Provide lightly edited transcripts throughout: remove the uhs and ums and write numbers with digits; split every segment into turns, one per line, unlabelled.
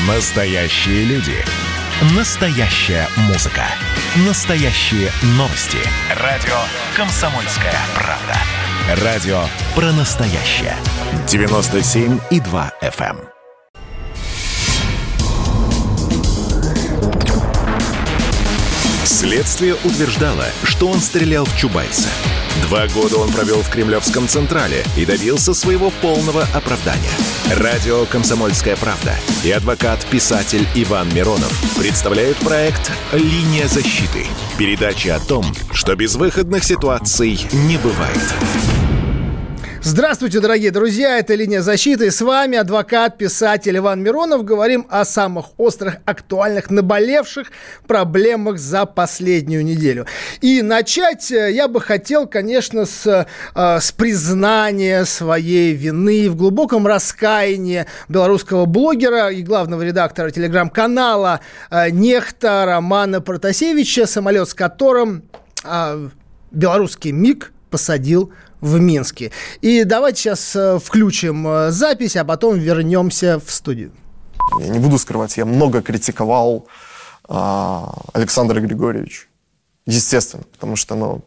Настоящие люди. Настоящая музыка. Настоящие новости. Радио «Комсомольская правда». Радио про настоящее. 97,2 FM. Следствие утверждало, что он стрелял в Чубайса. 2 года он провел в Кремлевском Централе и добился своего полного оправдания. Радио «Комсомольская правда» и адвокат-писатель Иван Миронов представляют проект «Линия защиты». Передача о том, что безвыходных ситуаций не бывает.
Здравствуйте, дорогие друзья, это «Линия защиты», и с вами адвокат-писатель Иван Миронов. Говорим о самых острых, актуальных, наболевших проблемах за последнюю неделю. И начать я бы хотел, конечно, с признания своей вины в глубоком раскаянии белорусского блогера и главного редактора телеграм-канала «Нехта» Романа Протасевича, самолет с которым белорусский МИГ посадил в Минске. И давайте сейчас включим запись, а потом вернемся в студию.
Я не буду скрывать, я много критиковал Александра Григорьевича. Естественно, потому что,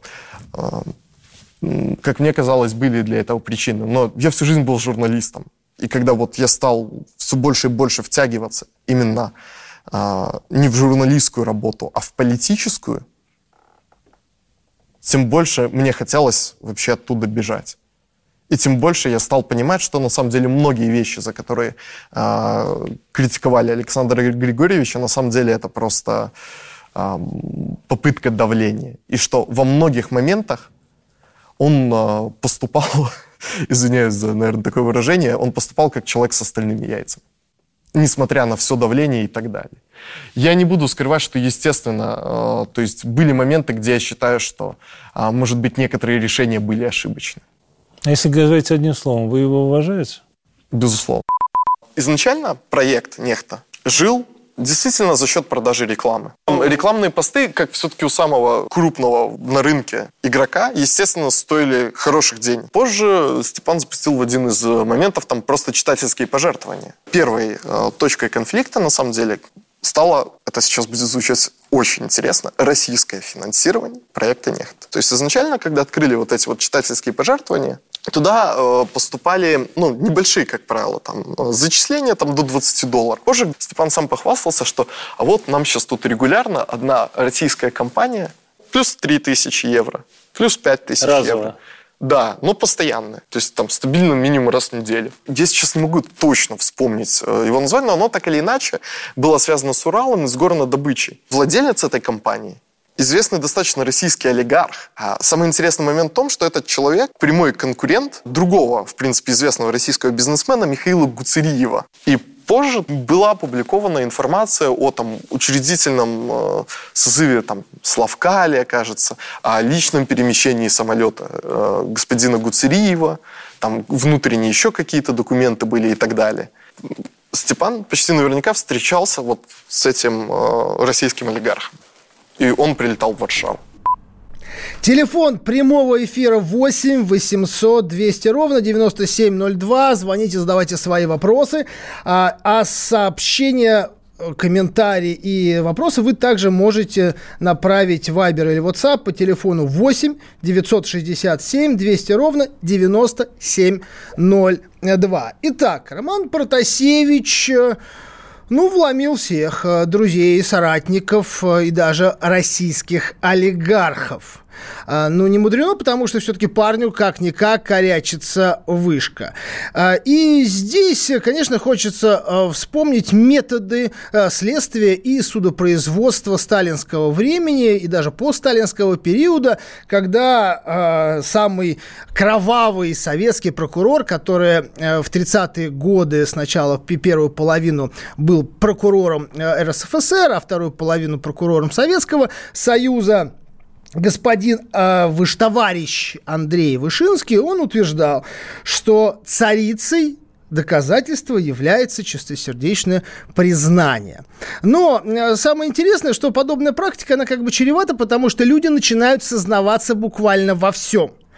как мне казалось, были для этого причины. Но я всю жизнь был журналистом. И когда вот я стал все больше и больше втягиваться именно не в журналистскую работу, а в политическую, тем больше мне хотелось вообще оттуда бежать. И тем больше я стал понимать, что на самом деле многие вещи, за которые критиковали Александра Григорьевича, на самом деле это просто попытка давления. И что во многих моментах он поступал, извиняюсь за, наверное, такое выражение, он поступал как человек с остальными яйцами. Несмотря на все давление и так далее. Я не буду скрывать, что, естественно, то есть были моменты, где я считаю, что, может быть, некоторые решения были ошибочны.
А если говорить одним словом, вы его уважаете?
Безусловно. Изначально проект «Нехта» жил действительно за счет продажи рекламы. Рекламные посты, как все-таки у самого крупного на рынке игрока, естественно, стоили хороших денег. Позже Степан запустил в один из моментов там просто читательские пожертвования. Первой точкой конфликта, на самом деле, стало, это сейчас будет звучать очень интересно, российское финансирование проекта «Нехта». То есть изначально, когда открыли вот эти вот читательские пожертвования, туда поступали, небольшие, как правило, там, зачисления там, до $20. Позже Степан сам похвастался, что а вот нам сейчас тут регулярно одна российская компания плюс 3000 евро, плюс 5000 евро. Да, но постоянное. То есть там стабильно минимум раз в неделю. Я сейчас не могу точно вспомнить его название, но оно так или иначе было связано с Уралом и с горнодобычей. Владелец этой компании известный достаточно российский олигарх. А самый интересный момент в том, что этот человек прямой конкурент другого, в принципе, известного российского бизнесмена Михаила Гуцериева. И позже была опубликована информация о учредительном созыве Славкалия, кажется, о личном перемещении самолета господина Гуцериева, там внутренние еще какие-то документы были и так далее. Степан почти наверняка встречался вот с этим российским олигархом. И он прилетал в Варшаву.
Телефон прямого эфира 8 800 200 ровно 9702. Звоните, задавайте свои вопросы. А сообщения, комментарии и вопросы вы также можете направить в Viber или WhatsApp по телефону 8 967 200 ровно 9702. Итак, Роман Протасевич... вломил всех друзей, соратников и даже российских олигархов. Не мудрено, потому что все-таки парню как-никак корячится вышка. И здесь, конечно, хочется вспомнить методы следствия и судопроизводства сталинского времени и даже постсталинского периода, когда самый кровавый советский прокурор, который в 30-е годы сначала первую половину был прокурором РСФСР, а вторую половину прокурором Советского Союза, господин товарищ Андрей Вышинский, он утверждал, что царицей доказательства является чистосердечное признание. Но самое интересное, что подобная практика, она чревата, потому что люди начинают сознаваться буквально во всем.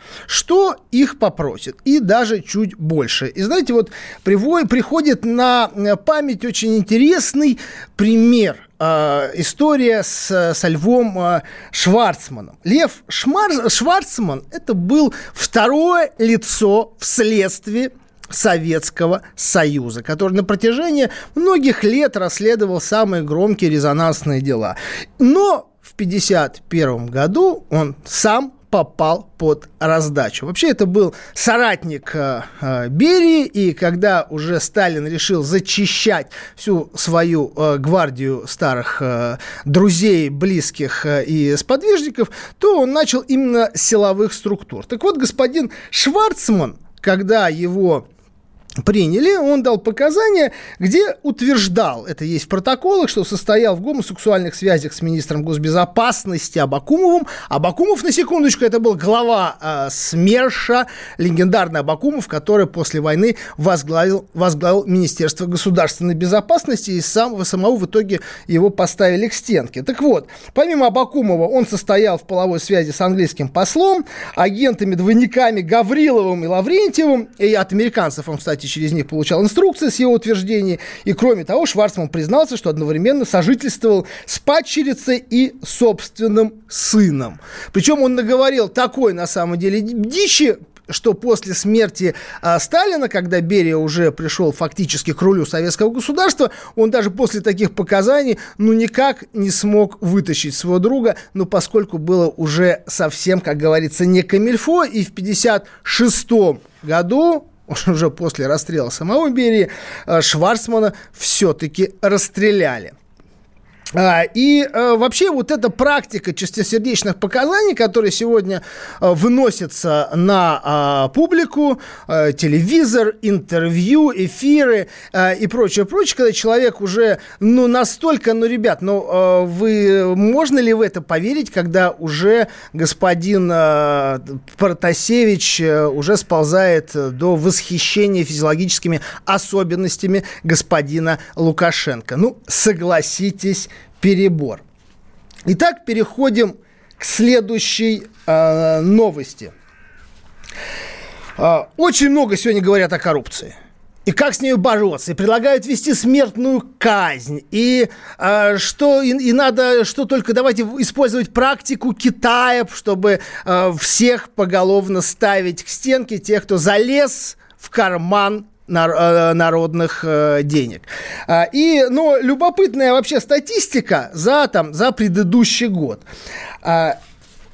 что их попросят, и даже чуть больше. И знаете, вот приходит на память очень интересный пример. История со Львом Шварцманом. Лев Шварцман – это был второе лицо в следствии Советского Союза, который на протяжении многих лет расследовал самые громкие резонансные дела. Но в 1951 году он сам попал под раздачу. Вообще, это был соратник Берии, и когда уже Сталин решил зачищать всю свою гвардию старых друзей, близких и сподвижников, то он начал именно с силовых структур. Так вот, господин Шварцман, когда его приняли, он дал показания, где утверждал, это есть в протоколах, что состоял в гомосексуальных связях с министром госбезопасности Абакумовым. Абакумов, на секундочку, это был глава СМЕРШа, легендарный Абакумов, который после войны возглавил Министерство государственной безопасности, и самого в итоге его поставили к стенке. Так вот, помимо Абакумова, он состоял в половой связи с английским послом, агентами-двойниками Гавриловым и Лаврентьевым, и от американцев он, кстати, через них получал инструкции с его утверждений. И, кроме того, Шварцман признался, что одновременно сожительствовал с падчерицей и собственным сыном. Причем он наговорил такой, на самом деле, дичи, что после смерти Сталина, когда Берия уже пришел фактически к рулю советского государства, он даже после таких показаний никак не смог вытащить своего друга, поскольку было уже совсем, как говорится, не камильфо, и в 1956 году, уже после расстрела самого Берии, Шварцмана все-таки расстреляли. И вообще вот эта практика чистосердечных показаний, которые сегодня выносятся на публику, телевизор, интервью, эфиры и прочее, когда человек уже, настолько, ребят, можно ли в это поверить, когда уже господин Протасевич уже сползает до восхищения физиологическими особенностями господина Лукашенко? Согласитесь, перебор. Итак, переходим к следующей новости. Очень много сегодня говорят о коррупции. И как с ней бороться, и предлагают ввести смертную казнь, и надо, что только давайте использовать практику Китая, чтобы всех поголовно ставить к стенке тех, кто залез в карман народных денег. Но любопытная вообще статистика за предыдущий год. Она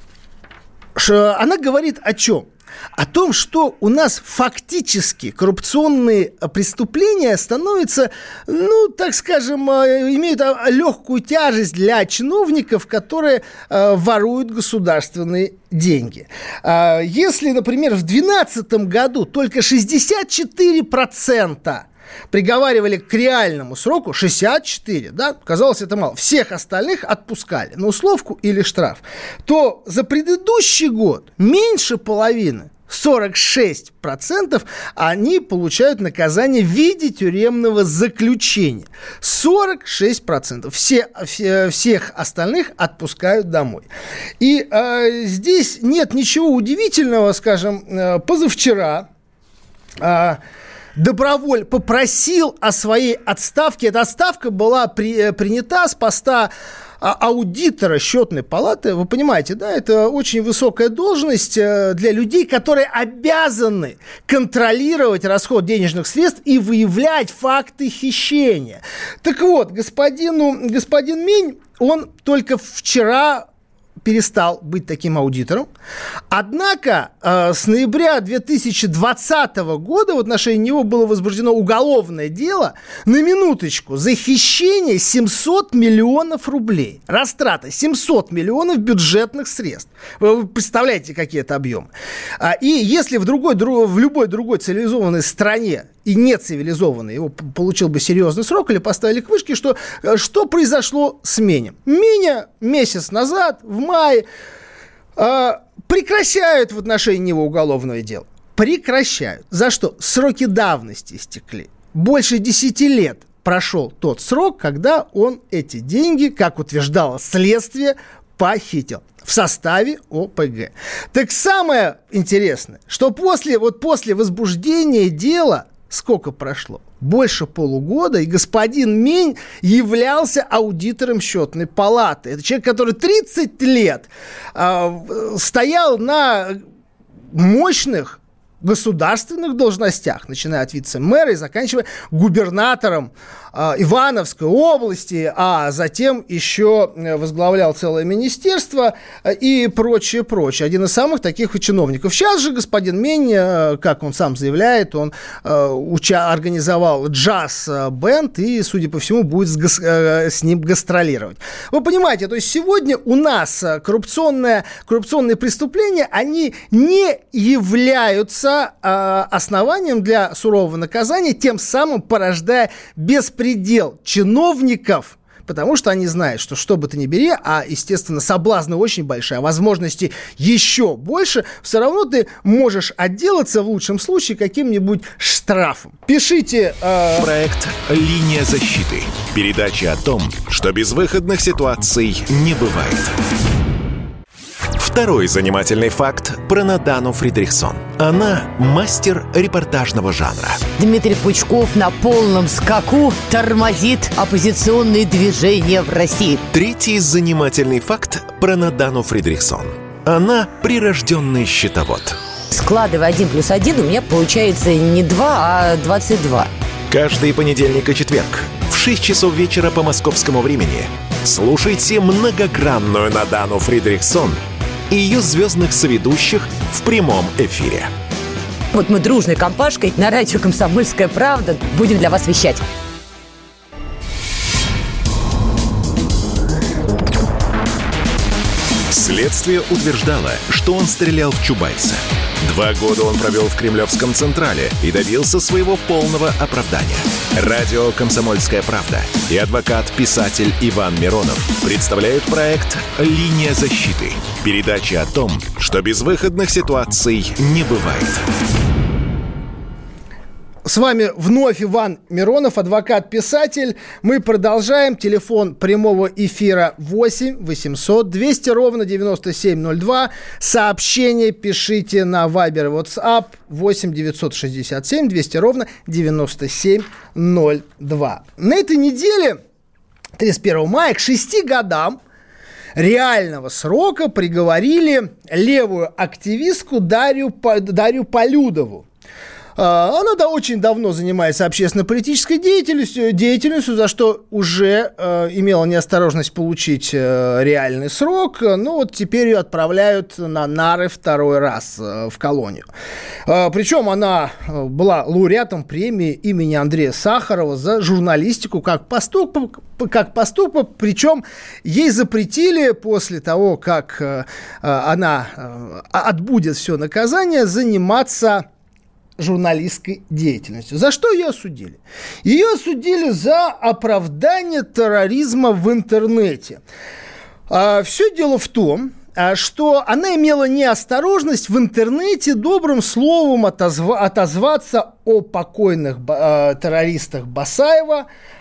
говорит о чем? О том, что у нас фактически коррупционные преступления становятся, так скажем, имеют легкую тяжесть для чиновников, которые воруют государственные деньги. Если, например, в 2012 году только 64% приговаривали к реальному сроку, 64, да, казалось, это мало, всех остальных отпускали на условку или штраф, то за предыдущий год меньше половины, 46%, они получают наказание в виде тюремного заключения. 46%. Всех остальных отпускают домой. И здесь нет ничего удивительного, скажем, позавчера Доброволь попросил о своей отставке. Эта отставка была принята с поста аудитора счетной палаты. Вы понимаете, да, это очень высокая должность для людей, которые обязаны контролировать расход денежных средств и выявлять факты хищения. Так вот, господин Мень, он только вчера перестал быть таким аудитором. Однако с ноября 2020 года в отношении него было возбуждено уголовное дело, на минуточку, за хищение 700 миллионов рублей. Растрата 700 миллионов бюджетных средств. Вы представляете, какие это объемы. И если в любой другой цивилизованной стране и нецивилизованный, его получил бы серьезный срок или поставили к вышке, что произошло с Менем? Меня месяц назад, в мае, прекращают в отношении него уголовное дело. Прекращают. За что? Сроки давности истекли. Больше 10 лет прошел тот срок, когда он эти деньги, как утверждало следствие, похитил в составе ОПГ. Так самое интересное, что после возбуждения дела, сколько прошло? Больше полугода, и господин Мень являлся аудитором счетной палаты. Это человек, который 30 лет стоял на мощных государственных должностях, начиная от вице-мэра и заканчивая губернатором Ивановской области, а затем еще возглавлял целое министерство и прочее. Один из самых таких чиновников. Сейчас же господин Мень, как он сам заявляет, он организовал джаз-бенд и, судя по всему, будет с ним гастролировать. Вы понимаете, то есть сегодня у нас коррупционные преступления, они не являются основанием для сурового наказания, тем самым порождая беспредел чиновников, потому что они знают, что бы ты ни бери, а, естественно, соблазны очень большие, а возможности еще больше, все равно ты можешь отделаться в лучшем случае каким-нибудь штрафом. Пишите...
Проект «Линия защиты». Передача о том, что безвыходных ситуаций не бывает. Второй занимательный факт про Надану Фридрихсон. Она мастер репортажного жанра.
Дмитрий Пучков на полном скаку тормозит оппозиционные движения в России.
Третий занимательный факт про Надану Фридрихсон. Она прирожденный счетовод.
Складывая 1 + 1, у меня получается не 2, а 22.
Каждый понедельник и четверг в 6 часов вечера по московскому времени слушайте многогранную Надану Фридрихсон и ее звездных соведущих в прямом эфире.
Вот мы дружной компашкой на радио «Комсомольская правда» будем для вас вещать.
Следствие утверждало, что он стрелял в Чубайса. 2 года он провел в Кремлевском Централе и добился своего полного оправдания. Радио «Комсомольская правда» и адвокат-писатель Иван Миронов представляют проект «Линия защиты». Передача о том, что безвыходных ситуаций не бывает.
С вами вновь Иван Миронов, адвокат-писатель. Мы продолжаем. Телефон прямого эфира 8 800 200 ровно 9702. Сообщение пишите на Viber и WhatsApp 8 967 200 ровно 9702. На этой неделе, 31 мая, к 6 годам реального срока приговорили левую активистку Дарью Полюдову. Она очень давно занимается общественно-политической деятельностью, за что уже имела неосторожность получить реальный срок. Ну вот теперь ее отправляют на нары 2-й раз в колонию. Причем она была лауреатом премии имени Андрея Сахарова за журналистику как поступок. Причем ей запретили после того, как она отбудет все наказание, заниматься журналистской деятельностью. За что ее осудили? Ее осудили за оправдание терроризма в интернете. Все дело в том, что она имела неосторожность в интернете добрым словом отозваться о покойных террористах Басаеве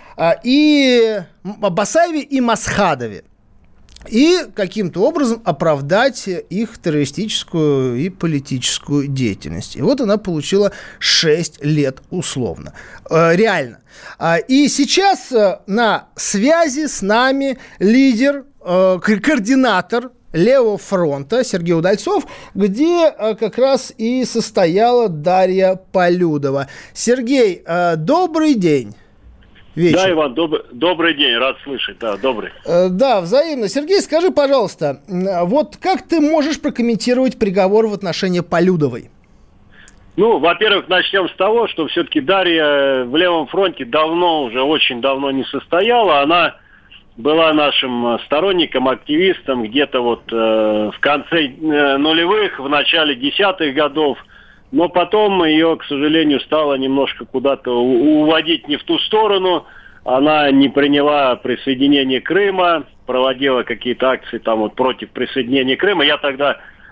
и Масхадове. И каким-то образом оправдать их террористическую и политическую деятельность. И вот она получила 6 лет условно. Реально. И сейчас на связи с нами лидер, координатор Левого фронта Сергей Удальцов, где как раз и состояла Дарья Полюдова. Сергей, добрый день. Вечер.
Да, Иван, добрый день, рад слышать, да, добрый.
Да, взаимно. Сергей, скажи, пожалуйста, вот как ты можешь прокомментировать приговор в отношении Полюдовой?
Ну, во-первых, начнем с того, что все-таки Дарья в Левом фронте очень давно не состояла. Она была нашим сторонником, активистом где-то вот в конце нулевых, в начале 10-х годов. Но потом ее, к сожалению, стало немножко куда-то уводить не в ту сторону. Она не приняла присоединение Крыма, проводила какие-то акции там вот против присоединения Крыма. Я тогда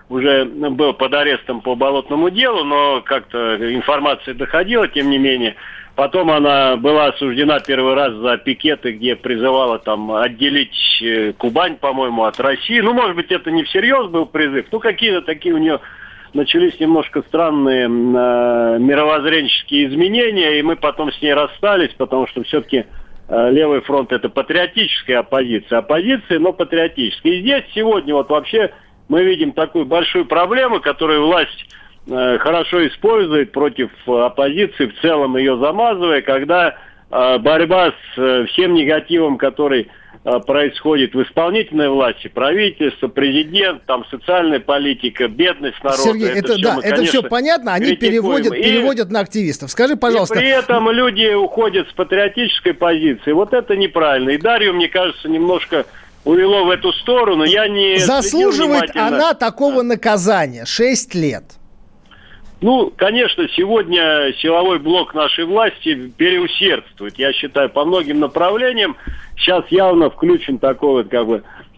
уже был под арестом по болотному делу, но как-то информация доходила, тем не менее. Потом она была осуждена первый раз за пикеты, где призывала там отделить Кубань, по-моему, от России. Ну, может быть, это не всерьез был призыв. Ну, какие-то такие у нее начались немножко странные мировоззренческие изменения, и мы потом с ней расстались, потому что все-таки Левый фронт – это патриотическая оппозиция. Оппозиция, но патриотическая. И здесь сегодня вот вообще мы видим такую большую проблему, которую власть хорошо использует против оппозиции, в целом ее замазывая, когда борьба с всем негативом, который происходит в исполнительной власти, правительство, президент, там социальная политика, бедность народа.
Сергей, это все понятно, они переводят на активистов. Скажи, пожалуйста.
И при этом люди уходят с патриотической позиции. Вот это неправильно. И Дарью, мне кажется, немножко увело в эту сторону. Я не
заслуживает она такого наказания 6 лет.
Ну, конечно, сегодня силовой блок нашей власти переусердствует, я считаю, по многим направлениям. Сейчас явно включен такой вот как бы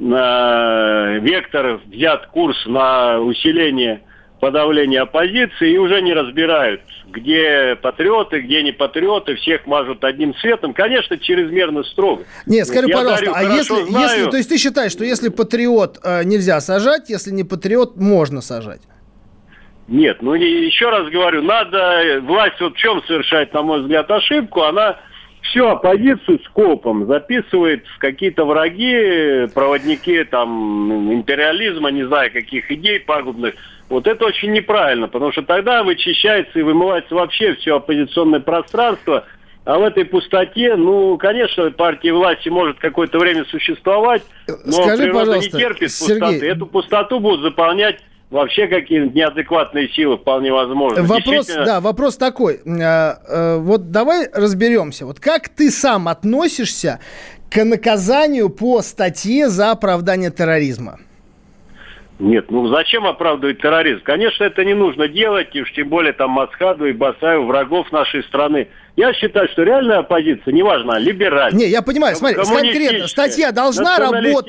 вектор, взят курс на усиление подавления оппозиции, и уже не разбирают, где патриоты, где не патриоты, всех мажут одним цветом. Конечно, чрезмерно строго.
Нет, скажи, пожалуйста, а если, то есть ты считаешь, что если патриот нельзя сажать, если не патриот, можно сажать?
Нет, ну еще раз говорю, надо, власть вот в чем совершает, на мой взгляд, ошибку, она всю оппозицию скопом записывает в какие-то враги, проводники там империализма, не знаю, каких идей пагубных. Вот это очень неправильно, потому что тогда вычищается и вымывается вообще все оппозиционное пространство, а в этой пустоте, ну, конечно, партия власти может какое-то время существовать, но
скажи,
природа не терпит пустоты. Сергей, эту пустоту будут заполнять вообще какие-то неадекватные силы, вполне возможно.
Вопрос такой. Вот давай разберемся. Вот как ты сам относишься к наказанию по статье за оправдание терроризма?
Нет, ну зачем оправдывать терроризм? Конечно, это не нужно делать, и уж тем более там Масхаду и Басаеву, врагов нашей страны. Я считаю, что реальная оппозиция, неважно, либеральная.
Не, я понимаю, смотри, конкретно, статья должна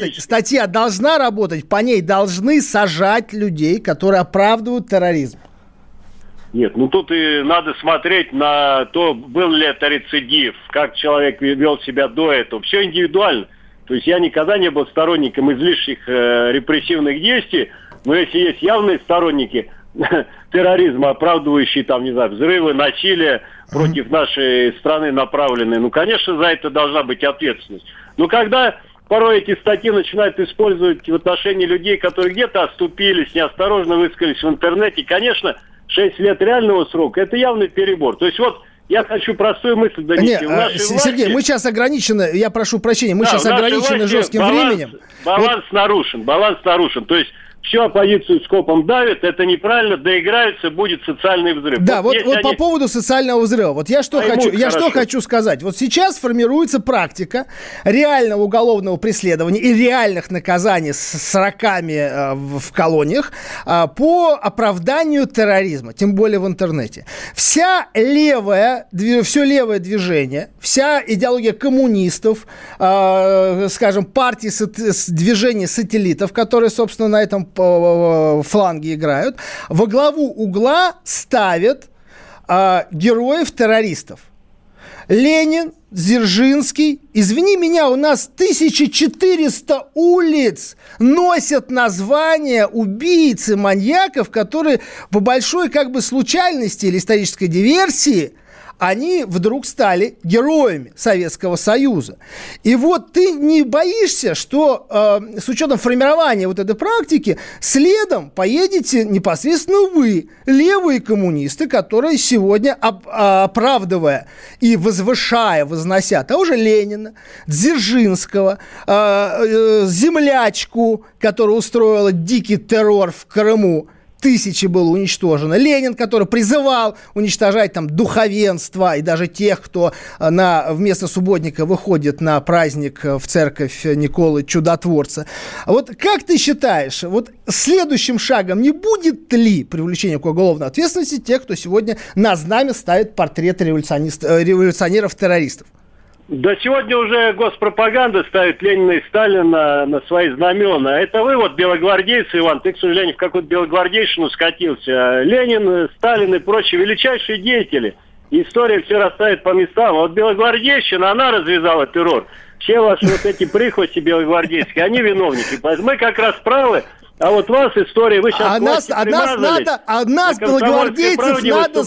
работать, по ней должны сажать людей, которые оправдывают терроризм.
Нет, ну тут и надо смотреть на то, был ли это рецидив, как человек вел себя до этого. Все индивидуально. То есть я никогда не был сторонником излишних репрессивных действий, но если есть явные сторонники терроризма, оправдывающие там, не знаю, взрывы, насилие против нашей страны направленные, ну, конечно, за это должна быть ответственность. Но когда порой эти статьи начинают использовать в отношении людей, которые где-то оступились, неосторожно высказались в интернете, конечно, 6 лет реального срока – это явный перебор. То есть вот я хочу простую мысль донести.
Сергей, мы сейчас ограничены, я прошу прощения, мы сейчас ограничены жестким временем.
Баланс нарушен. То есть всю оппозицию скопом давят, это неправильно, доиграются, будет социальный взрыв.
Да, вот по поводу социального взрыва. Вот я что хочу сказать. Вот сейчас формируется практика реального уголовного преследования и реальных наказаний с роками в колониях по оправданию терроризма, тем более в интернете. Все левое движение, вся идеология коммунистов, скажем, партий, движений сателлитов, которые, собственно, на этом фланге играют, во главу угла ставят героев-террористов. Ленин, Дзержинский. Извини меня, у нас 1400 улиц носят названия убийц и маньяков, которые по большой как бы случайности или исторической диверсии они вдруг стали героями Советского Союза. И вот ты не боишься, что с учетом формирования вот этой практики следом поедете непосредственно вы, левые коммунисты, которые сегодня, оправдывая и вознося того же Ленина, Дзержинского, землячку, которая устроила дикий террор в Крыму, тысячи было уничтожено. Ленин, который призывал уничтожать там духовенство и даже тех, кто вместо субботника выходит на праздник в церковь Николы Чудотворца. Вот как ты считаешь, вот следующим шагом не будет ли привлечение к уголовной ответственности тех, кто сегодня на знамя ставит портрет революционеров-террористов?
Да сегодня уже госпропаганда ставит Ленина и Сталина на свои знамена. Это вы вот белогвардейцы, Иван, ты, к сожалению, в какую-то белогвардейщину скатился. Ленин, Сталин и прочие величайшие деятели. История все расставит по местам. Вот белогвардейщина, она развязала террор. Все ваши вот эти прихвости белогвардейские, они виновники. Мы как раз правы. А вот вас история, вы сейчас
нас белогвардейцев, надо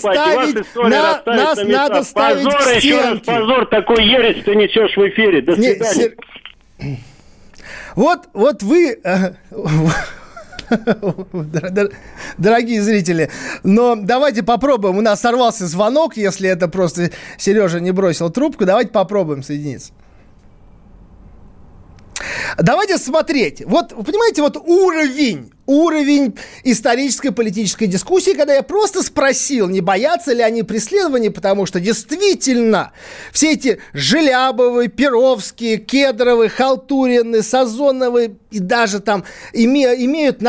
ставить
позор,
к
еще раз позор, такой ересь ты несешь в эфире. До свидания.
Вот вы, дорогие зрители, но давайте попробуем. У нас сорвался звонок, если это просто Сережа не бросил трубку. Давайте попробуем соединиться. Давайте смотреть. Вот, понимаете, вот уровень исторической политической дискуссии, когда я просто спросил, не боятся ли они преследований, потому что действительно все эти Желябовы, Перовские, Кедровы, Халтурины, Сазоновы и даже там имеют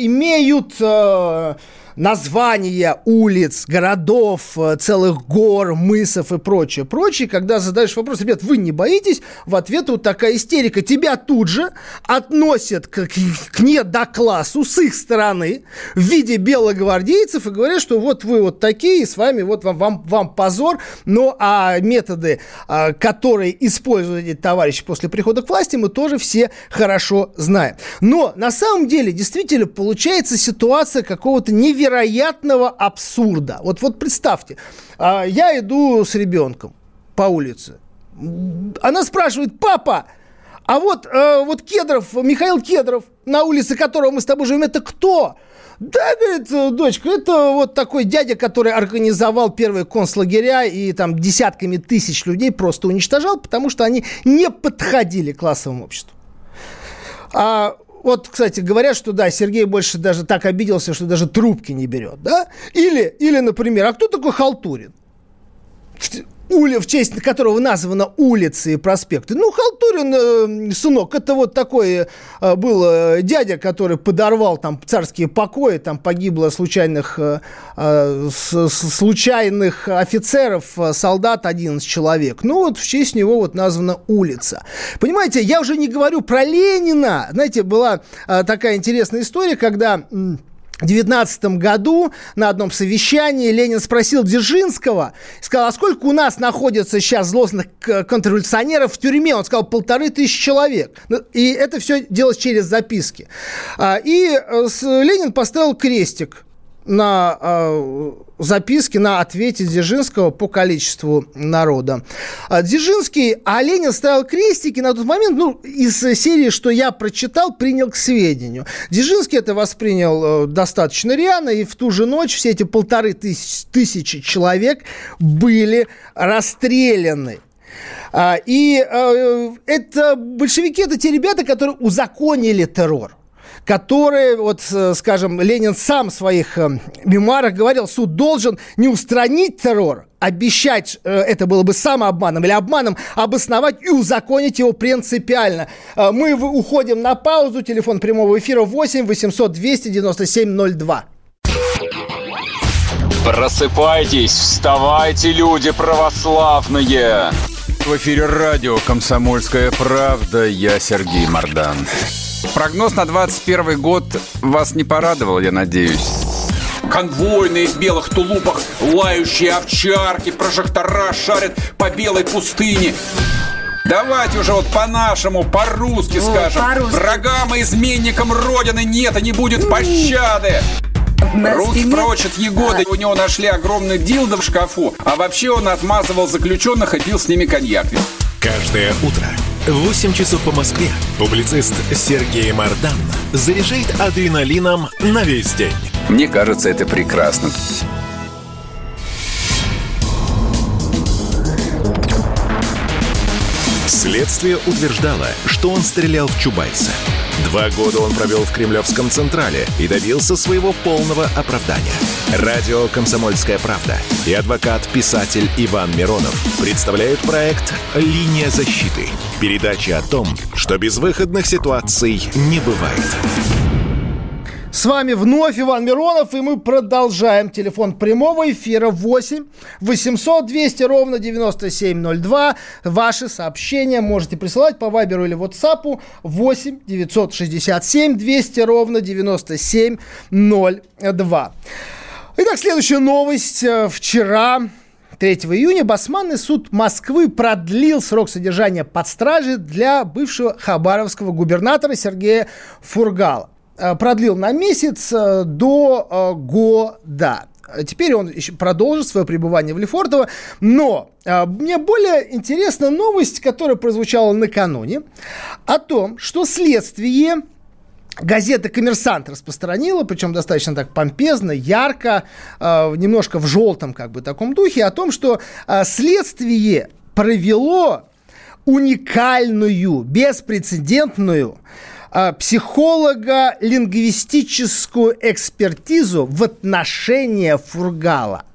названия улиц, городов, целых гор, мысов и прочее. Когда задаешь вопрос, ребят, вы не боитесь? В ответ вот такая истерика. Тебя тут же относят к недоклассу с их стороны в виде белогвардейцев и говорят, что вот вы вот такие, с вами вот вам позор. Ну, а методы, которые используют эти товарищи после прихода к власти, мы тоже все хорошо знаем. Но на самом деле действительно получается ситуация какого-то невероятного абсурда. Вот представьте, я иду с ребенком по улице. Она спрашивает: папа, а вот Кедров, Михаил Кедров, на улице которого мы с тобой живем, это кто? Да, говорит, дочка, это вот такой дядя, который организовал первые концлагеря и там десятками тысяч людей просто уничтожал, потому что они не подходили к классовому обществу. Вот, кстати, говорят, что да, Сергей больше даже так обиделся, что даже трубки не берет, да? Или, например, а кто такой Халтурин? В честь которого названы улицы и проспекты. Ну, Халтурин, сынок, это вот такой был дядя, который подорвал там царские покои, там погибло случайных офицеров, солдат 11 человек. Ну, вот в честь него вот названа улица. Понимаете, я уже не говорю про Ленина. Знаете, была такая интересная история, когда... В 19 году на одном совещании Ленин спросил Дзержинского, сказал: а сколько у нас находится сейчас злостных контрреволюционеров в тюрьме? Он сказал: 1500 человек. И это все делалось через записки. И Ленин поставил крестик на записке, на ответе Дзержинского по количеству народа. Дзержинский, Ленин ставил крестики на тот момент, из серии, что я прочитал, принял к сведению. Дзержинский это воспринял достаточно рьяно, и в ту же ночь все эти 1500 человек были расстреляны. И большевики – это те ребята, которые узаконили террор. Которые, вот, скажем, Ленин сам в своих мемуарах говорил, суд должен не устранить террор, обещать, это было бы самообманом или обманом, обосновать и узаконить его принципиально. Мы уходим на паузу. Телефон прямого эфира 8 800 297 02.
Просыпайтесь, вставайте, люди православные! В эфире радио «Комсомольская правда». Я Сергей Мордан. Прогноз на 21 год вас не порадовал, я надеюсь. Конвойные в белых тулупах, лающие овчарки, прожектора шарят по белой пустыне. Давайте уже вот по-нашему, по-русски скажем. По-русски. Врагам и изменникам Родины нет и не будет пощады. Руки прочь от Егоды. У него нашли огромный дилдо в шкафу. А вообще он отмазывал заключенных и пил с ними коньяк.
Каждое утро в 8 часов по Москве публицист Сергей Мордан заряжает адреналином на весь день.
Мне кажется, это прекрасно.
Следствие утверждало, что он стрелял в Чубайса. 2 года он провел в Кремлевском Централе и добился своего полного оправдания. Радио «Комсомольская правда» и адвокат-писатель Иван Миронов представляют проект «Линия защиты». Передача о том, что безвыходных ситуаций не бывает.
С вами вновь Иван Миронов, и мы продолжаем. Телефон прямого эфира 8 800 200 ровно 9702. Ваши сообщения можете присылать по Вайберу или WhatsApp 8 967 200 ровно 9702. Итак, следующая новость. Вчера, 3 июня, Басманный суд Москвы продлил срок содержания под стражей для бывшего хабаровского губернатора Сергея Фургала. Продлил на месяц до года. Теперь он еще продолжит свое пребывание в Лефортово. Но мне более интересна новость, которая прозвучала накануне, о том, что следствие газета «Коммерсант» распространила, причем достаточно так помпезно, ярко, немножко в желтом как бы таком духе, о том, что следствие провело уникальную, беспрецедентную психолого-лингвистическую экспертизу в отношении Фургала.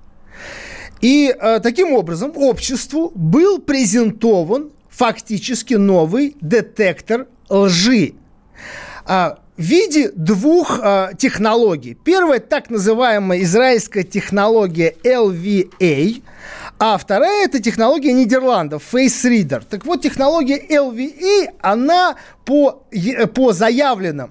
И таким образом обществу был презентован фактически новый детектор лжи в виде двух технологий. Первая — так называемая израильская технология LVA, а вторая — это технология Нидерландов, Face Reader. Так вот, технология LVA, она по заявленным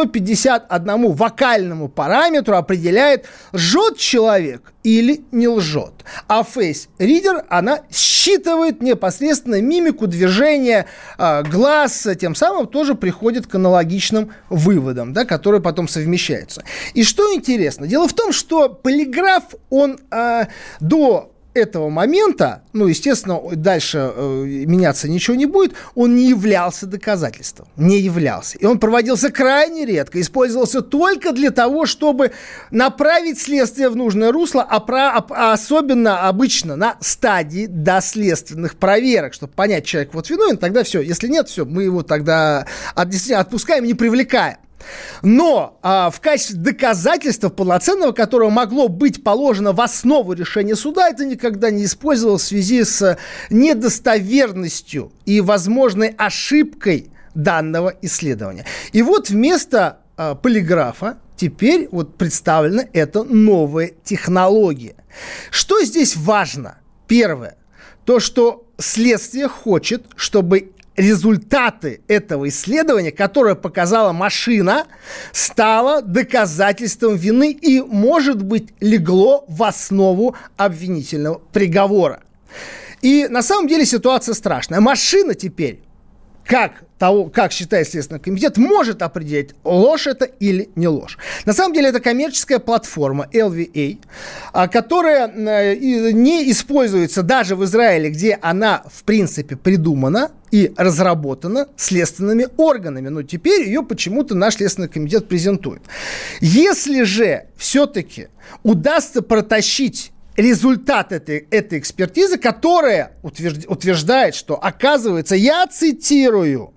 151 вокальному параметру определяет, лжет человек или не лжет. А Face Reader, она считывает непосредственно мимику, движения глаз, тем самым тоже приходит к аналогичным выводам, да, которые потом совмещаются. И что интересно, дело в том, что полиграф, он до этого момента, ну, естественно, дальше меняться ничего не будет, он не являлся доказательством. Не являлся. И он проводился крайне редко, использовался только для того, чтобы направить следствие в нужное русло, особенно обычно на стадии доследственных проверок, чтобы понять, человек вот виновен, тогда все. Если нет, все, мы его тогда отпускаем, не привлекаем. Но в качестве доказательства полноценного, которое могло быть положено в основу решения суда, это никогда не использовалось в связи с недостоверностью и возможной ошибкой данного исследования. И вот вместо полиграфа теперь вот представлена эта новая технология. Что здесь важно? Первое. То, что следствие хочет, чтобы результаты этого исследования, которое показала машина, стало доказательством вины и, может быть, легло в основу обвинительного приговора. И на самом деле ситуация страшная. Машина теперь, как считает Следственный комитет, может определить, ложь это или не ложь. На самом деле это коммерческая платформа LVA, которая не используется даже в Израиле, где она, в принципе, придумана и разработана следственными органами. Но теперь ее почему-то наш Следственный комитет презентует. Если же все-таки удастся протащить результат этой экспертизы, которая утверждает, что, оказывается, я цитирую,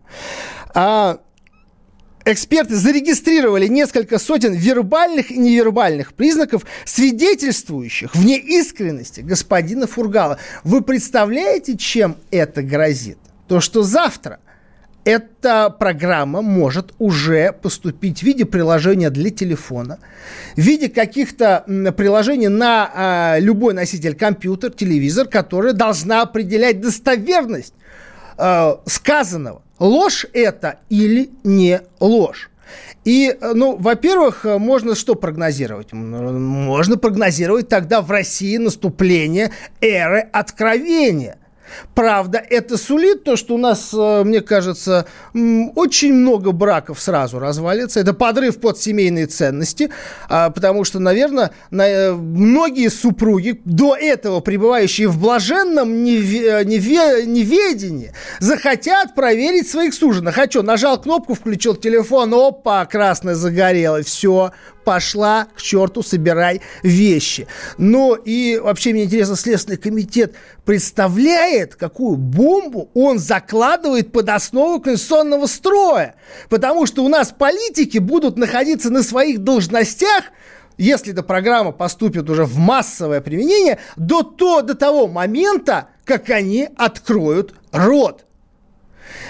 эксперты зарегистрировали несколько сотен вербальных и невербальных признаков, свидетельствующих в неискренности господина Фургала. Вы представляете, чем это грозит? То, что завтра эта программа может уже поступить в виде приложения для телефона, в виде каких-то приложений на любой носитель компьютер, телевизор, которая должна определять достоверность сказанного. Ложь это или не ложь. И, во-первых, можно что прогнозировать? Можно прогнозировать тогда в России наступление эры откровения. Правда, это сулит то, что у нас, мне кажется, очень много браков сразу развалится. Это подрыв под семейные ценности, потому что, наверное, многие супруги, до этого пребывающие в блаженном неведении, захотят проверить своих суженых. А что, нажал кнопку, включил телефон, опа, красное загорелось, все, пошла к черту, собирай вещи. Ну и вообще мне интересно, Следственный комитет представляет, какую бомбу он закладывает под основу конституционного строя. Потому что у нас политики будут находиться на своих должностях, если эта программа поступит уже в массовое применение, до того момента, как они откроют рот.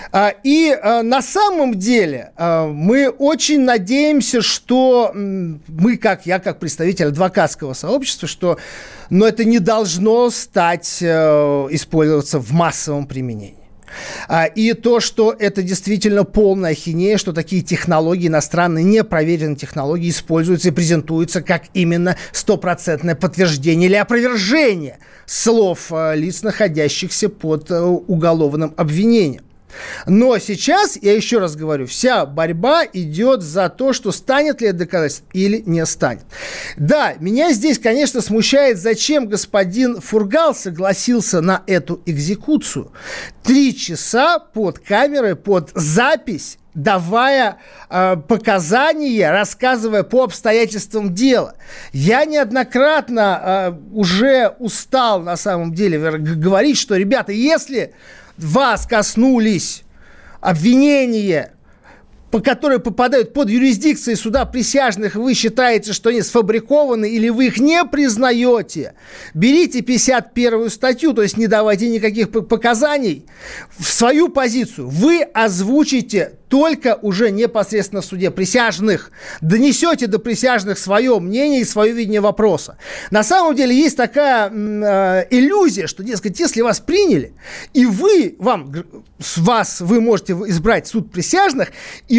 И на самом деле мы очень надеемся, что я как представитель адвокатского сообщества, что это не должно использоваться в массовом применении. И то, что это действительно полная ахинея, что такие технологии, иностранные непроверенные технологии используются и презентуются как именно стопроцентное подтверждение или опровержение слов лиц, находящихся под уголовным обвинением. Но сейчас, я еще раз говорю, вся борьба идет за то, что станет ли это доказательством или не станет. Да, меня здесь, конечно, смущает, зачем господин Фургал согласился на эту экзекуцию. 3 часа под камерой, под запись, давая показания, рассказывая по обстоятельствам дела. Я неоднократно уже устал, на самом деле, говорить, что, ребята, если вас коснулись обвинения, которые попадают под юрисдикцию суда присяжных, вы считаете, что они сфабрикованы или вы их не признаете, берите 51-ю статью, то есть не давайте никаких показаний, в свою позицию. Вы озвучите только уже непосредственно в суде присяжных. Донесете до присяжных свое мнение и свое видение вопроса. На самом деле есть такая иллюзия, что, дескать, если вас приняли, и вы можете избрать суд присяжных, и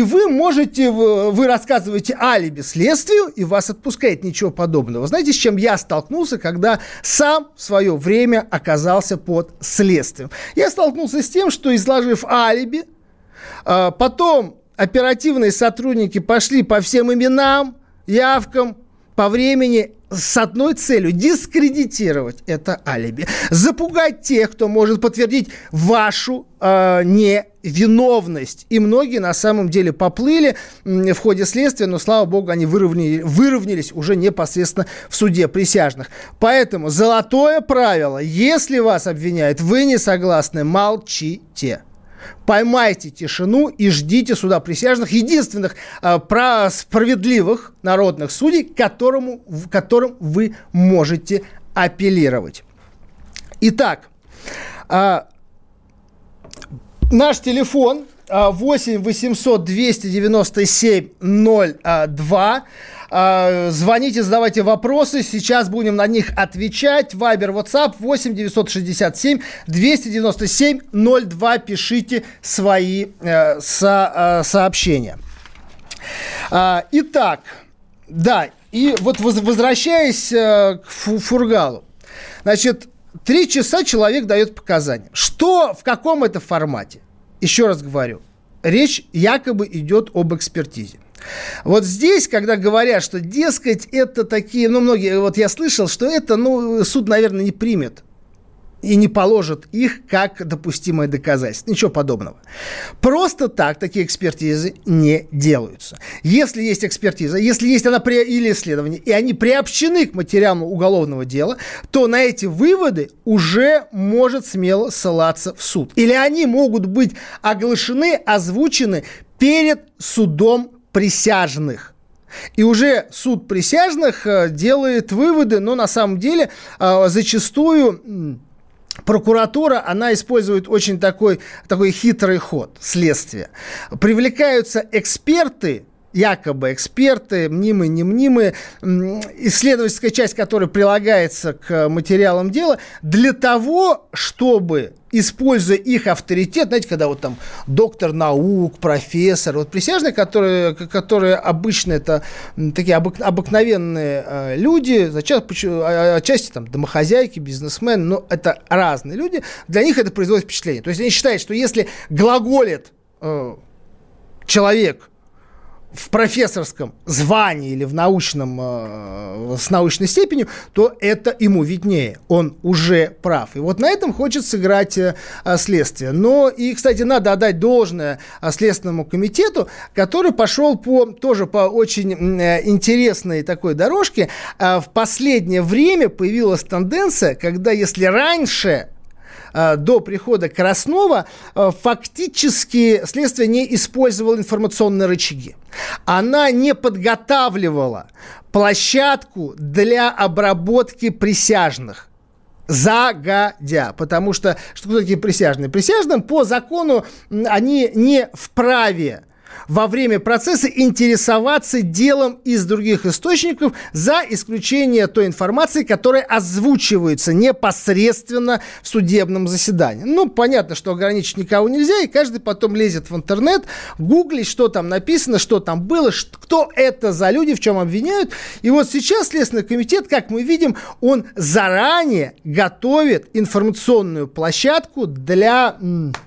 вы рассказываете алиби следствию, и вас отпускает. Ничего подобного. Знаете, с чем я столкнулся, когда сам в свое время оказался под следствием? Я столкнулся с тем, что, изложив алиби, потом оперативные сотрудники пошли по всем именам, явкам, по времени с одной целью – дискредитировать это алиби. Запугать тех, кто может подтвердить вашу невиновность. И многие на самом деле поплыли в ходе следствия, но, слава богу, они выровнялись уже непосредственно в суде присяжных. Поэтому золотое правило – если вас обвиняют, вы не согласны, молчите. Поймайте тишину и ждите суда присяжных, единственных справедливых народных судей, которым вы можете апеллировать. Итак, наш телефон 8 800 297 02. Звоните, задавайте вопросы. Сейчас будем на них отвечать. Вайбер, WhatsApp 8 967 297 02. Пишите свои сообщения. Итак, да, и вот возвращаясь к Фургалу. Значит, 3 часа человек дает показания. В каком это формате? Еще раз говорю, речь якобы идет об экспертизе. Вот здесь, когда говорят, что, дескать, это такие, многие, вот я слышал, что это, суд, наверное, не примет и не положит их как допустимое доказательство. Ничего подобного. Просто так такие экспертизы не делаются. Если есть экспертиза, если есть она или исследование, и они приобщены к материалам уголовного дела, то на эти выводы уже может смело ссылаться в суд. Или они могут быть оглашены, озвучены перед судом присяжных. И уже суд присяжных делает выводы, но на самом деле зачастую прокуратура, она использует очень такой хитрый ход следствия. Привлекаются эксперты, якобы эксперты, мнимые, не мнимые, исследовательская часть, которая прилагается к материалам дела, для того, чтобы, используя их авторитет, знаете, когда вот там доктор наук, профессор, вот присяжные, которые обычно это такие обыкновенные люди, отчасти там домохозяйки, бизнесмены, но это разные люди, для них это производит впечатление. То есть они считают, что если глаголит человек в профессорском звании или в с научной степенью, то это ему виднее. Он уже прав. И вот на этом хочет сыграть следствие. Но и, кстати, надо отдать должное Следственному комитету, который пошел тоже по очень интересной такой дорожке. В последнее время появилась тенденция, когда если раньше до прихода Краснова фактически следствие не использовало информационные рычаги. Она не подготавливала площадку для обработки присяжных. загодя, потому что кто такие присяжные? Присяжным по закону они не вправе во время процесса интересоваться делом из других источников, за исключением той информации, которая озвучивается непосредственно в судебном заседании. Ну, понятно, что ограничить никого нельзя, и каждый потом лезет в интернет, гуглит, что там написано, что там было, кто это за люди, в чем обвиняют. И вот сейчас Следственный комитет, как мы видим, он заранее готовит информационную площадку для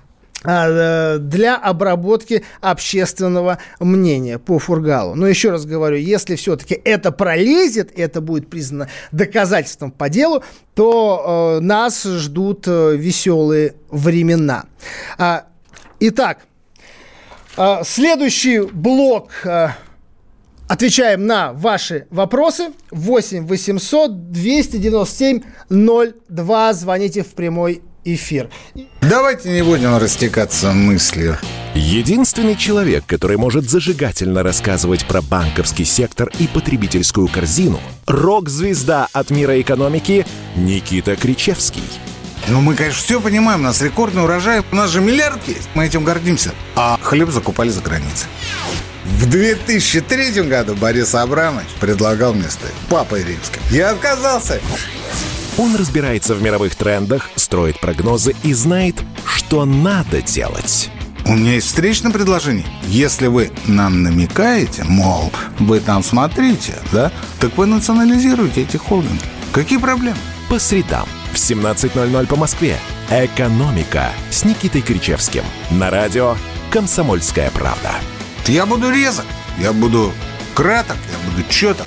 обработки общественного мнения по Фургалу. Но еще раз говорю, если все-таки это пролезет, и это будет признано доказательством по делу, то нас ждут веселые времена. Итак, следующий блок. Отвечаем на ваши вопросы. 8 800 297 02. Звоните в прямой эфир.
Давайте не будем растекаться мыслью.
Единственный человек, который может зажигательно рассказывать про банковский сектор и потребительскую корзину, рок-звезда от мира экономики Никита Кричевский.
Ну, мы, конечно, все понимаем, у нас рекордный урожай, у нас же миллиард есть, мы этим гордимся. А хлеб закупали за границей. В 2003 году Борис Абрамович предлагал мне стать папой римским. Я отказался.
Он разбирается в мировых трендах, строит прогнозы и знает, что надо делать.
У меня есть встречное предложение. Если вы нам намекаете, мол, вы там смотрите, да, так вы национализируете эти холдинги. Какие проблемы?
По средам в 17:00 по Москве. «Экономика» с Никитой Кричевским. На радио «Комсомольская правда».
Я буду резок, я буду краток, я буду чёток.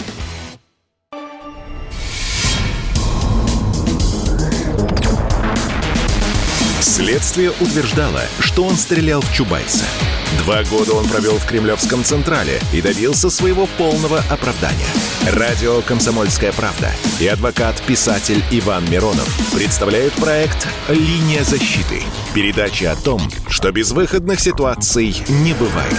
Следствие утверждало, что он стрелял в Чубайса. 2 года он провел в Кремлевском Централе и добился своего полного оправдания. Радио «Комсомольская правда» и адвокат-писатель Иван Миронов представляют проект «Линия защиты». Передача о том, что безвыходных ситуаций не бывает.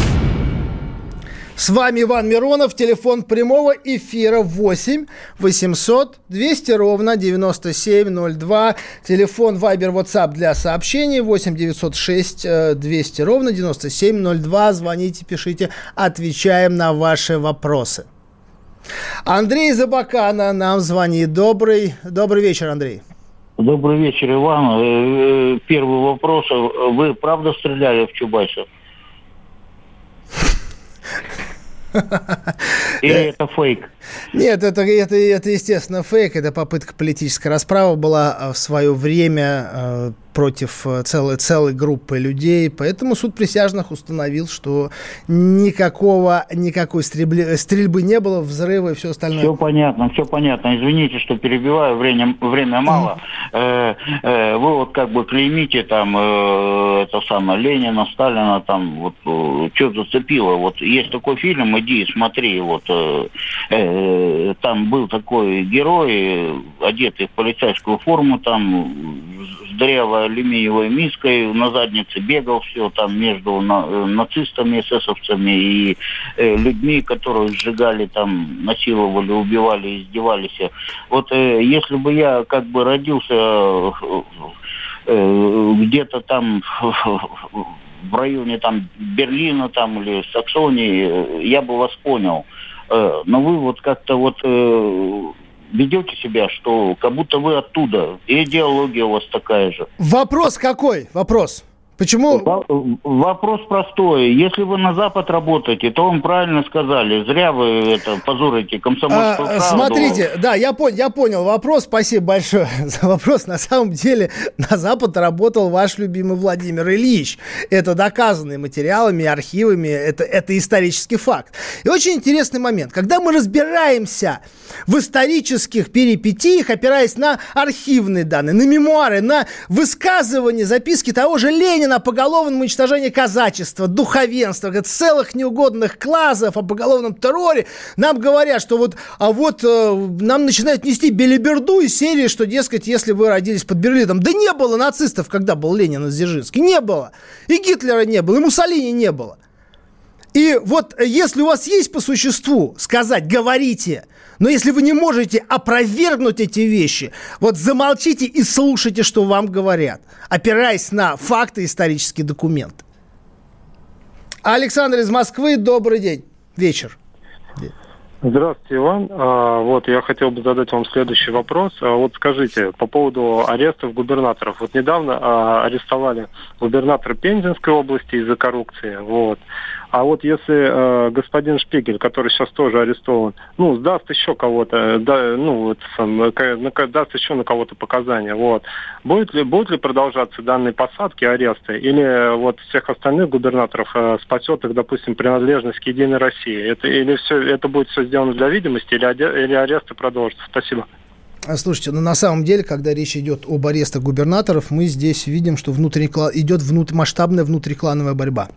С вами Иван Миронов, телефон прямого эфира 8 800 200 ровно 9702, телефон Viber, WhatsApp для сообщений 8 906 200 ровно 9702, звоните, пишите, отвечаем на ваши вопросы. Андрей из Абакана нам звонит. Добрый вечер, Андрей.
Добрый вечер, Иван. Первый вопрос. Вы правда стреляли в Чубайса? Или это фейк?
Нет, это естественно фейк. Это попытка политической расправы была в свое время против целой группы людей. Поэтому суд присяжных установил, что никакой стрельбы не было, взрыва и все остальное.
Все понятно. Извините, что перебиваю, время мало. Вы вот как бы клеймите там это самое Ленина, Сталина, там вот что зацепило. Вот есть такой фильм, иди смотри, вот там был такой герой, одетый в полицейскую форму, там с дырявой алюминиевой миской на заднице бегал, все там между нацистами, эсэсовцами и людьми, которых сжигали, там насиловали, убивали, издевались. Вот если бы я как бы родился где-то там в районе там Берлина там или Саксонии, я бы вас понял. Но вы вот как-то вот ведете себя, что как будто вы оттуда, и идеология у вас такая же.
Вопрос какой? Почему?
Вопрос простой. Если вы на Запад работаете, то вам правильно сказали. Зря вы это позорите комсомольскую правду.
Смотрите, да, я понял вопрос. Спасибо большое за вопрос. На самом деле на Запад работал ваш любимый Владимир Ильич. Это доказанный материалами, архивами. Это исторический факт. И очень интересный момент. Когда мы разбираемся в исторических перипетиях, опираясь на архивные данные, на мемуары, на высказывания, записки того же Ленина о поголовном уничтожении казачества, духовенства, целых неугодных классов, о поголовном терроре, нам говорят, что нам начинают нести белиберду из серии, что, дескать, если вы родились под Берлином. Да не было нацистов, когда был Ленин и Дзержинский. Не было. И Гитлера не было, и Муссолини не было. И вот если у вас есть по существу сказать, говорите, Но если вы не можете опровергнуть эти вещи, вот замолчите и слушайте, что вам говорят, опираясь на факты и исторические документы. Александр из Москвы, добрый день. Вечер.
Здравствуйте, Иван. Вот я хотел бы задать вам следующий вопрос. Вот скажите, по поводу арестов губернаторов. Вот недавно арестовали губернатора Пензенской области из-за коррупции. Вот. А вот если господин Шпигель, который сейчас тоже арестован, сдаст еще кого-то, даст еще на кого-то показания, вот, будут ли продолжаться данные посадки, аресты, или вот всех остальных губернаторов спасет их, допустим, принадлежность к Единой России? Это будет все сделано для видимости, или аресты продолжатся? Спасибо.
Слушайте, на самом деле, когда речь идет об арестах губернаторов, мы здесь видим, что идет масштабная внутриклановая борьба.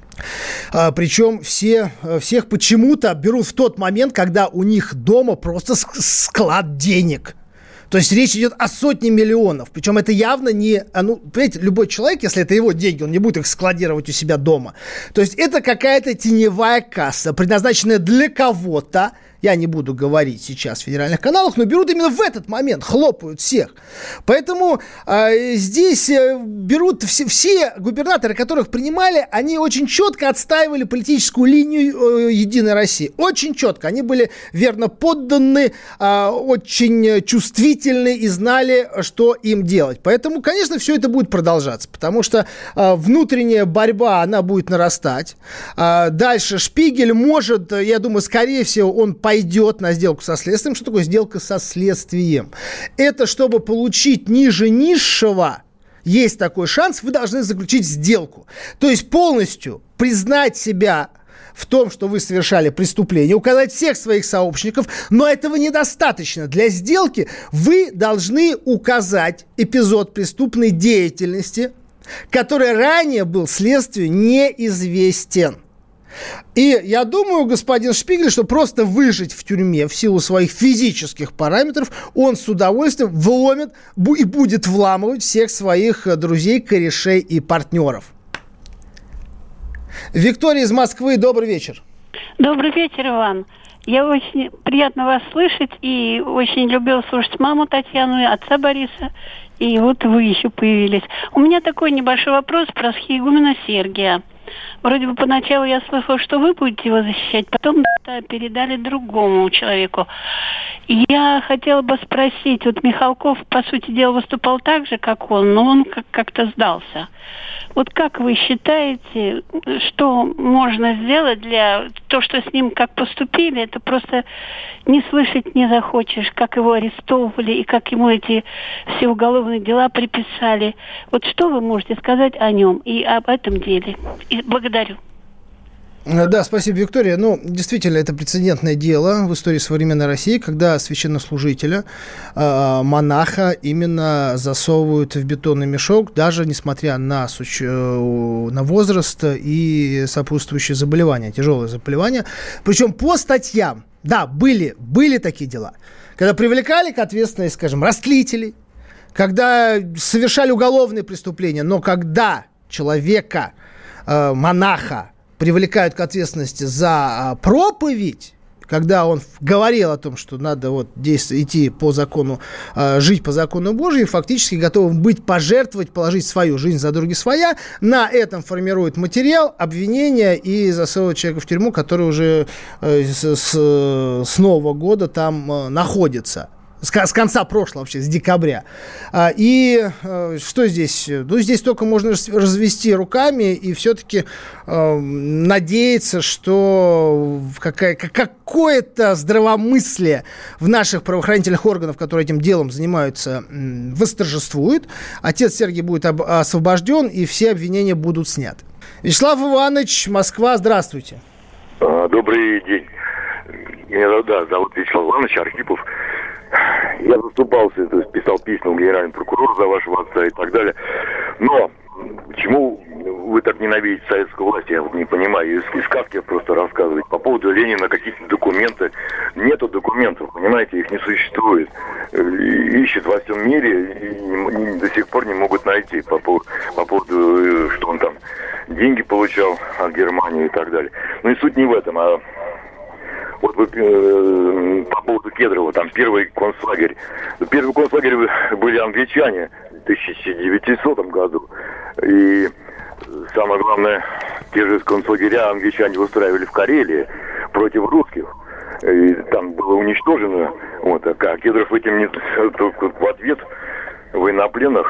Причем всех почему-то берут в тот момент, когда у них дома просто склад денег. То есть речь идет о сотне миллионов. Причем это явно не... понимаете, любой человек, если это его деньги, он не будет их складировать у себя дома. То есть это какая-то теневая касса, предназначенная для кого-то. Я не буду говорить сейчас в федеральных каналах, но берут именно в этот момент, хлопают всех. Поэтому здесь берут все губернаторы, которых принимали, они очень четко отстаивали политическую линию Единой России. Очень четко. Они были верно подданы, очень чувствительны и знали, что им делать. Поэтому, конечно, все это будет продолжаться, потому что внутренняя борьба, она будет нарастать. Дальше Шпигель может, я думаю, скорее всего, он пойдет на сделку со следствием. Что такое сделка со следствием? Это чтобы получить ниже низшего, есть такой шанс, вы должны заключить сделку. То есть полностью признать себя в том, что вы совершали преступление, указать всех своих сообщников, но этого недостаточно. Для сделки вы должны указать эпизод преступной деятельности, который ранее был следствию неизвестен. И я думаю, господин Шпигель, что просто выжить в тюрьме в силу своих физических параметров, он с удовольствием вломит и будет вламывать всех своих друзей, корешей и партнеров. Виктория из Москвы, добрый вечер.
Добрый вечер, Иван. Я очень приятно вас слышать и очень любил слушать маму Татьяну и отца Бориса. И вот вы еще появились. У меня такой небольшой вопрос про архиегумена Сергия. Вроде бы поначалу я слышала, что вы будете его защищать, потом передали другому человеку. И я хотела бы спросить, вот Михалков, по сути дела, выступал так же, как он, но он как-то сдался. Вот как вы считаете, что можно сделать для того, что с ним как поступили, это просто не слышать не захочешь, как его арестовывали и как ему эти все уголовные дела приписали. Вот что вы можете сказать о нем и об этом деле? И благодарю.
Да, спасибо, Виктория. Действительно, это прецедентное дело в истории современной России, когда священнослужителя, монаха именно засовывают в бетонный мешок, даже несмотря на возраст и сопутствующие заболевания, тяжелые заболевания. Причем по статьям, да, были такие дела, когда привлекали к ответственности, скажем, растлителей, когда совершали уголовные преступления, но когда человека, монаха, привлекают к ответственности за проповедь, когда он говорил о том, что надо идти по закону, жить по закону Божьему, фактически готовы быть пожертвовать, положить свою жизнь за други своя, на этом формирует материал, обвинения и засовывает человека в тюрьму, который уже с Нового года там находится. С конца прошлого, вообще, с декабря. И что здесь? Здесь только можно развести руками и все-таки надеяться, что какое-то здравомыслие в наших правоохранительных органах, которые этим делом занимаются, восторжествует. Отец Сергий будет освобожден, и все обвинения будут сняты. Вячеслав Иванович, Москва, здравствуйте.
Добрый день. Меня зовут Вячеслав Иванович Архипов. Я заступался, то есть писал письма генеральному прокурору за вашего отца и так далее. Но почему вы так ненавидите советскую власть, я не понимаю. Из сказки просто рассказывать. По поводу Ленина какие-то документы. Нету документов, понимаете, их не существует. Ищут во всем мире и до сих пор не могут найти по поводу, что он там деньги получал от Германии и так далее. И суть не в этом, а Вот вы по поводу Кедрового, там первый концлагерь. Первый концлагерь были англичане в 1900 году. И самое главное, те же концлагеря англичане устраивали в Карелии против русских. И там было уничтожено. Вот, а Кедров этим только в ответ военнопленных.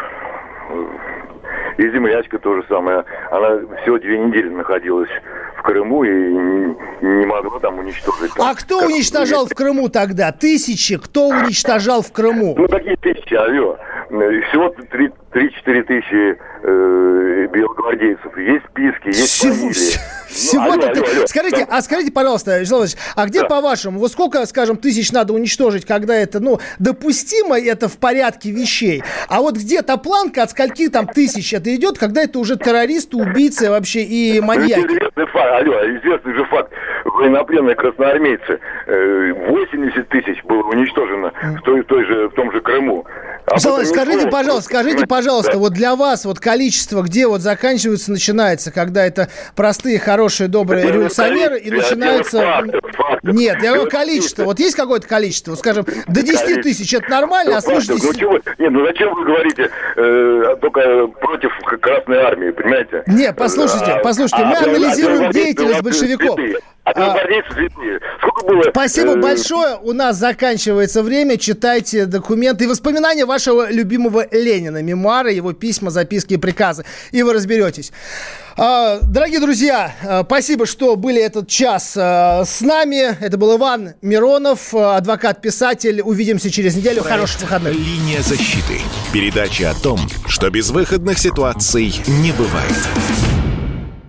И землячка то же самое. Она всего 2 недели находилась в Крыму и не могла там уничтожить.
А кто уничтожал в Крыму тогда? Тысячи. Кто уничтожал в Крыму?
Ну, такие тысячи, алло. Всего 3-4 тысячи белогвардейцев. Есть списки, есть фамилии.
Всего-то скажите, пожалуйста, Вячеслав Владимирович, а где, по-вашему, вот сколько, скажем, тысяч надо уничтожить, когда это, допустимо, это в порядке вещей, а вот где-то планка от скольки там тысяч это идет, когда это уже террористы, убийцы вообще и маньяки?
Известный же факт, военнопленные красноармейцы, 80 тысяч было уничтожено в том же Крыму.
Скажите, пожалуйста, вот для вас вот количество, где вот заканчивается, начинается, когда это простые, хорошие, добрые революционеры, и начинается... Нет, я говорю количество. Вот есть какое-то количество? Вот, скажем, до 10 тысяч это нормально, а слушайте...
зачем вы говорите только против Красной Армии, понимаете?
Нет, послушайте, мы анализируем деятельность большевиков.
Сколько было?
Спасибо большое. У нас заканчивается время. Читайте документы и воспоминания вашего любимого Ленина. Мемуары, его письма, записки и приказы. И вы разберетесь. Дорогие друзья, спасибо, что были этот час с нами. Это был Иван Миронов, адвокат-писатель. Увидимся через неделю. Хороших выходных.
«Линия защиты». Передача о том, что безвыходных ситуаций не бывает.